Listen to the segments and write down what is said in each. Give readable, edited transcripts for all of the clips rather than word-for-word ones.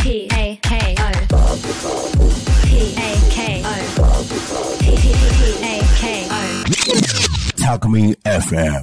Talkme FM。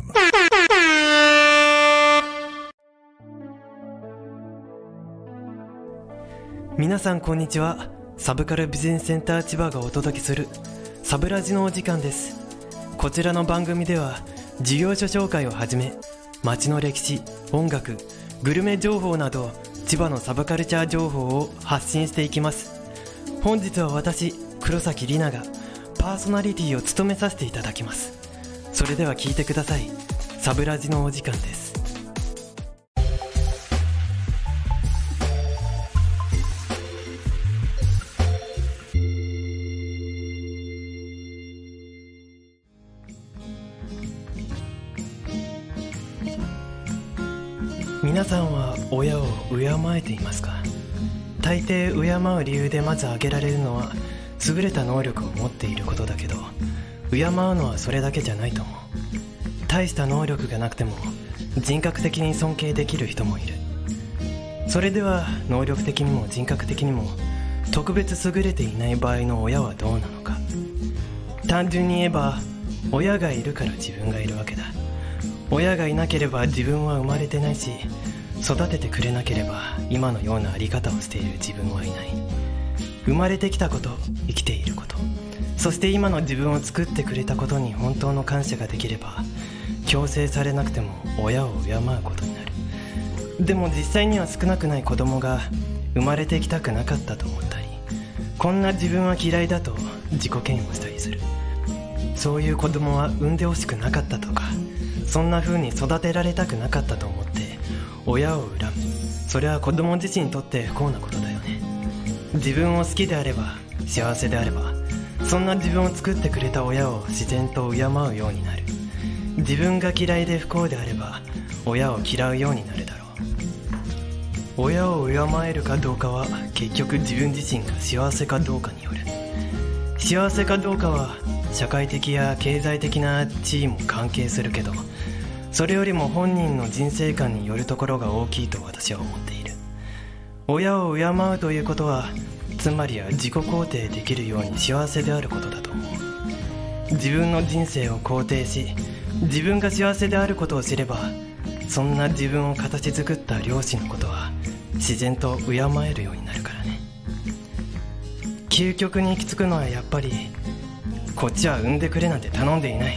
皆さんこんにちは。サブカルビジネスセンター千葉がお届けするサブラジのお時間です。こちらの番組では事業所紹介をはじめ、街の歴史、音楽、グルメ情報など千葉のサブカルチャー情報を発信していきます。本日は私黒崎里奈がパーソナリティを務めさせていただきます。それでは聞いてください。サブラジのお時間です。皆さんは親を敬えていますか？大抵敬う理由でまず挙げられるのは優れた能力を持っていることだけど、敬うのはそれだけじゃないと思う。大した能力がなくても人格的に尊敬できる人もいる。それでは能力的にも人格的にも特別優れていない場合の親はどうなのか。単純に言えば親がいるから自分がいるわけだ。親がいなければ自分は生まれてないし、育ててくれなければ今のようなあり方をしている自分はいない。生まれてきたこと、生きていること、そして今の自分を作ってくれたことに本当の感謝ができれば、強制されなくても親を敬うことになる。でも実際には少なくない子供が生まれてきたくなかったと思ったり、こんな自分は嫌いだと自己嫌悪したりする。そういう子供は産んでほしくなかったとか、そんな風に育てられたくなかったと思って親を恨む。それは子供自身にとって不幸なことだよね。自分を好きであれば、幸せであれば、そんな自分を作ってくれた親を自然と敬うようになる。自分が嫌いで不幸であれば親を嫌うようになるだろう。親を敬えるかどうかは結局自分自身が幸せかどうかによる。幸せかどうかは社会的や経済的な地位も関係するけど、それよりも本人の人生観によるところが大きいと私は思っている。親を敬うということは、つまりは自己肯定できるように幸せであることだと思う。自分の人生を肯定し、自分が幸せであることを知れば、そんな自分を形作った両親のことは自然と敬えるようになるからね。究極に行き着くのはやっぱり、こっちは産んでくれなんて頼んでいない。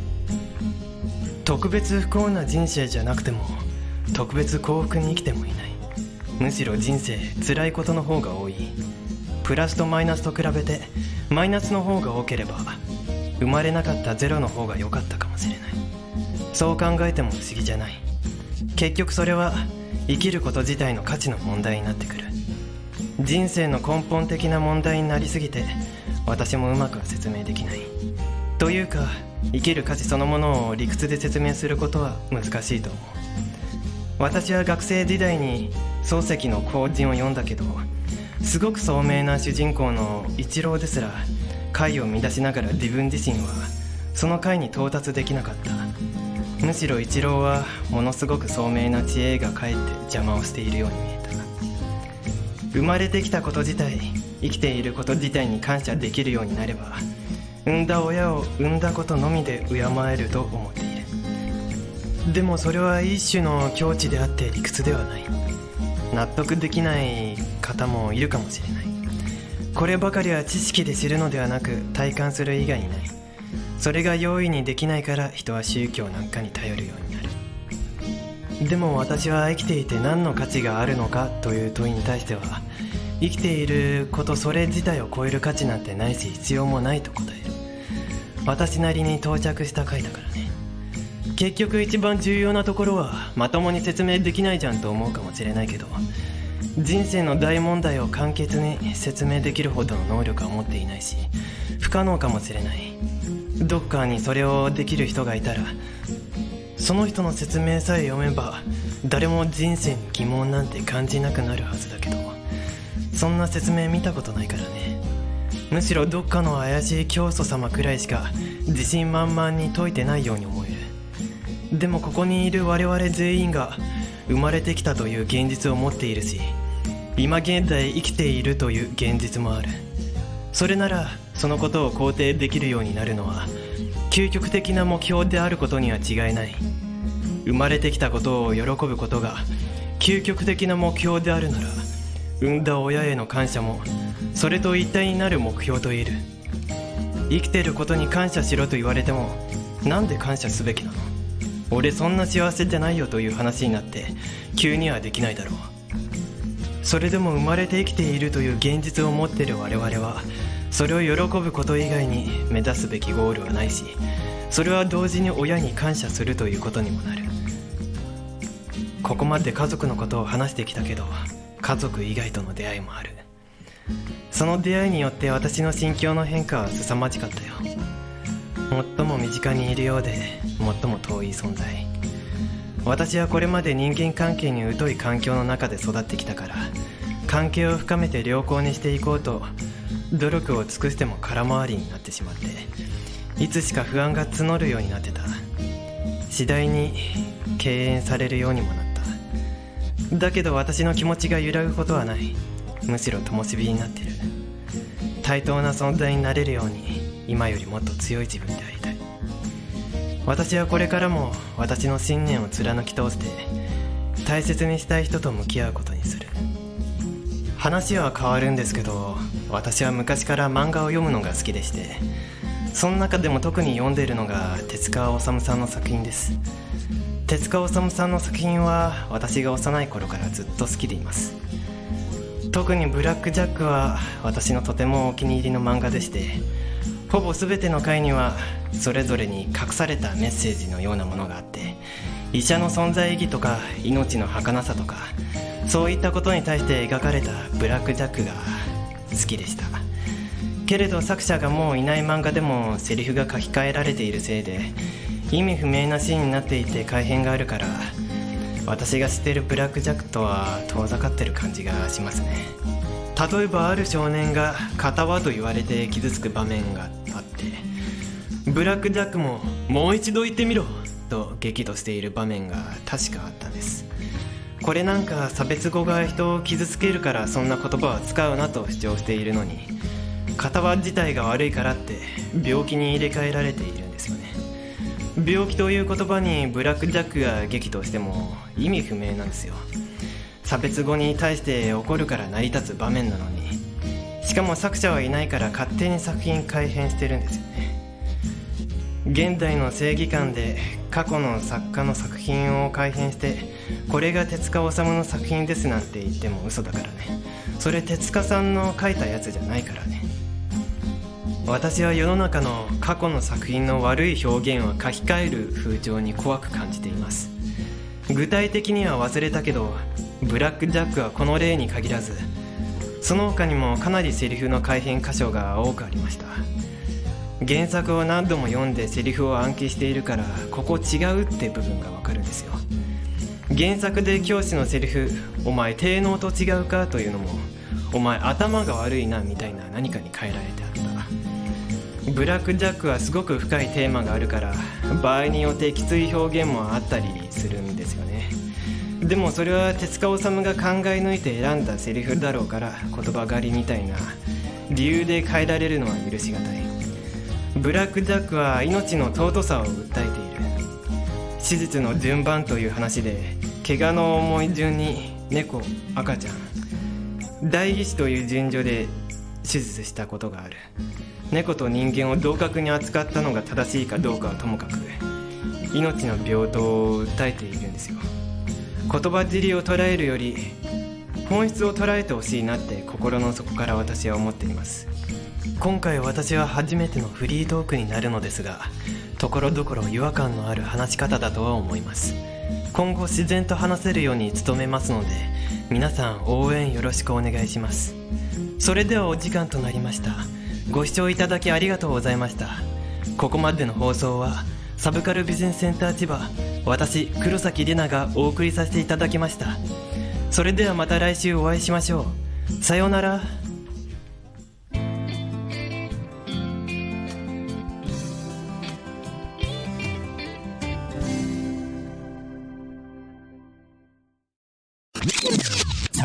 特別不幸な人生じゃなくても特別幸福に生きてもいない。むしろ人生辛いことの方が多い。プラスとマイナスと比べてマイナスの方が多ければ、生まれなかったゼロの方が良かったかもしれない。そう考えても不思議じゃない。結局それは生きること自体の価値の問題になってくる。人生の根本的な問題になりすぎて私もうまくは説明できない。というか、生きる価値そのものを理屈で説明することは難しいと思う。私は学生時代に漱石の後人を読んだけど、すごく聡明な主人公の一郎ですら解を乱しながら自分自身はその解に到達できなかった。むしろ一郎はものすごく聡明な知恵がかえって邪魔をしているように見えた。生まれてきたこと自体、生きていること自体に感謝できるようになれば、産んだ親を産んだことのみで敬えると思っている。でもそれは一種の境地であって理屈ではない。納得できない方もいるかもしれない。こればかりは知識で知るのではなく体感する以外にない。それが容易にできないから人は宗教なんかに頼るようになる。でも私は生きていて何の価値があるのかという問いに対しては、生きていることそれ自体を超える価値なんてないし必要もないと答える。私なりに到着した回だからね。結局一番重要なところはまともに説明できないじゃんと思うかもしれないけど、人生の大問題を簡潔に説明できるほどの能力は持っていないし、不可能かもしれない。どっかにそれをできる人がいたら、その人の説明さえ読めば誰も人生に疑問なんて感じなくなるはずだけど、そんな説明見たことないからね。むしろどっかの怪しい教祖様くらいしか自信満々に解いてないように思える。でもここにいる我々全員が生まれてきたという現実を持っているし、 今現在生きているという現実もある。それならそのことを肯定できるようになるのは究極的な目標であることには違いない。生まれてきたことを喜ぶことが究極的な目標であるなら、産んだ親への感謝もそれと一体になる目標と言える。生きてることに感謝しろと言われても、なんで感謝すべきなの？俺そんな幸せじゃないよという話になって急にはできないだろう。それでも生まれて生きているという現実を持っている我々は、それを喜ぶこと以外に目指すべきゴールはないし、それは同時に親に感謝するということにもなる。ここまで家族のことを話してきたけど、家族以外との出会いもある。その出会いによって私の心境の変化は凄まじかったよ。最も身近にいるようで最も遠い存在。私はこれまで人間関係に疎い環境の中で育ってきたから、関係を深めて良好にしていこうと努力を尽くしても空回りになってしまって、いつしか不安が募るようになってた。次第に敬遠されるようにもなった。だけど私の気持ちが揺らぐことはない。むしろ灯火になってる。対等な存在になれるように、今よりもっと強い自分でありたい。私はこれからも私の信念を貫き通して大切にしたい人と向き合うことにする。話は変わるんですけど、私は昔から漫画を読むのが好きでして、その中でも特に読んでいるのが手塚治虫さんの作品です。手塚治虫さんの作品は私が幼い頃からずっと好きでいます。特にブラックジャックは私のとてもお気に入りの漫画でして、ほぼ全ての回にはそれぞれに隠されたメッセージのようなものがあって、医者の存在意義とか命の儚さとか、そういったことに対して描かれたブラックジャックが好きでした。けれど作者がもういない漫画でもセリフが書き換えられているせいで意味不明なシーンになっていて改変があるから、私が知っているブラックジャックとは遠ざかってる感じがしますね。例えばある少年が片輪と言われて傷つく場面があって、ブラックジャックももう一度言ってみろと激怒している場面が確かあったんです。これなんか差別語が人を傷つけるからそんな言葉は使うなと主張しているのに、片輪自体が悪いからって病気に入れ替えられているんですよね。病気という言葉にブラックジャックが激怒しても意味不明なんですよ。差別語に対して怒るから成り立つ場面なのに、しかも作者はいないから勝手に作品改変してるんですよね。現代の正義感で過去の作家の作品を改変して、これが手塚治虫の作品ですなんて言っても嘘だからね。それ手塚さんの書いたやつじゃないからね。私は世の中の過去の作品の悪い表現を書き換える風潮に怖く感じています。具体的には忘れたけど、ブラックジャックはこの例に限らず、その他にもかなりセリフの改変箇所が多くありました。原作を何度も読んでセリフを暗記しているから、ここ違うって部分がわかるんですよ。原作で教師のセリフ、お前低能と違うかというのも、お前頭が悪いなみたいな何かに変えられてあった。ブラックジャックはすごく深いテーマがあるから、場合によってきつい表現もあったりするんですよね。でもそれは手塚治虫が考え抜いて選んだセリフだろうから、言葉狩りみたいな理由で変えられるのは許しがたい。ブラックジャックは命の尊さを訴えている。手術の順番という話で、怪我の重い順に猫、赤ちゃん、代議士という順序で手術したことがある。猫と人間を同格に扱ったのが正しいかどうかはともかく、命の平等を訴えているんですよ。言葉尻を捉えるより本質を捉えてほしいなって心の底から私は思っています。今回私は初めてのフリートークになるのですが、ところどころ違和感のある話し方だとは思います。今後自然と話せるように努めますので、皆さん応援よろしくお願いします。それではお時間となりました。ご視聴いただきありがとうございました。ここまでの放送はサブカルビジネスセンター千葉、私黒崎里奈がお送りさせていただきました。それではまた来週お会いしましょう。さようなら。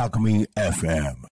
Talk Me FM.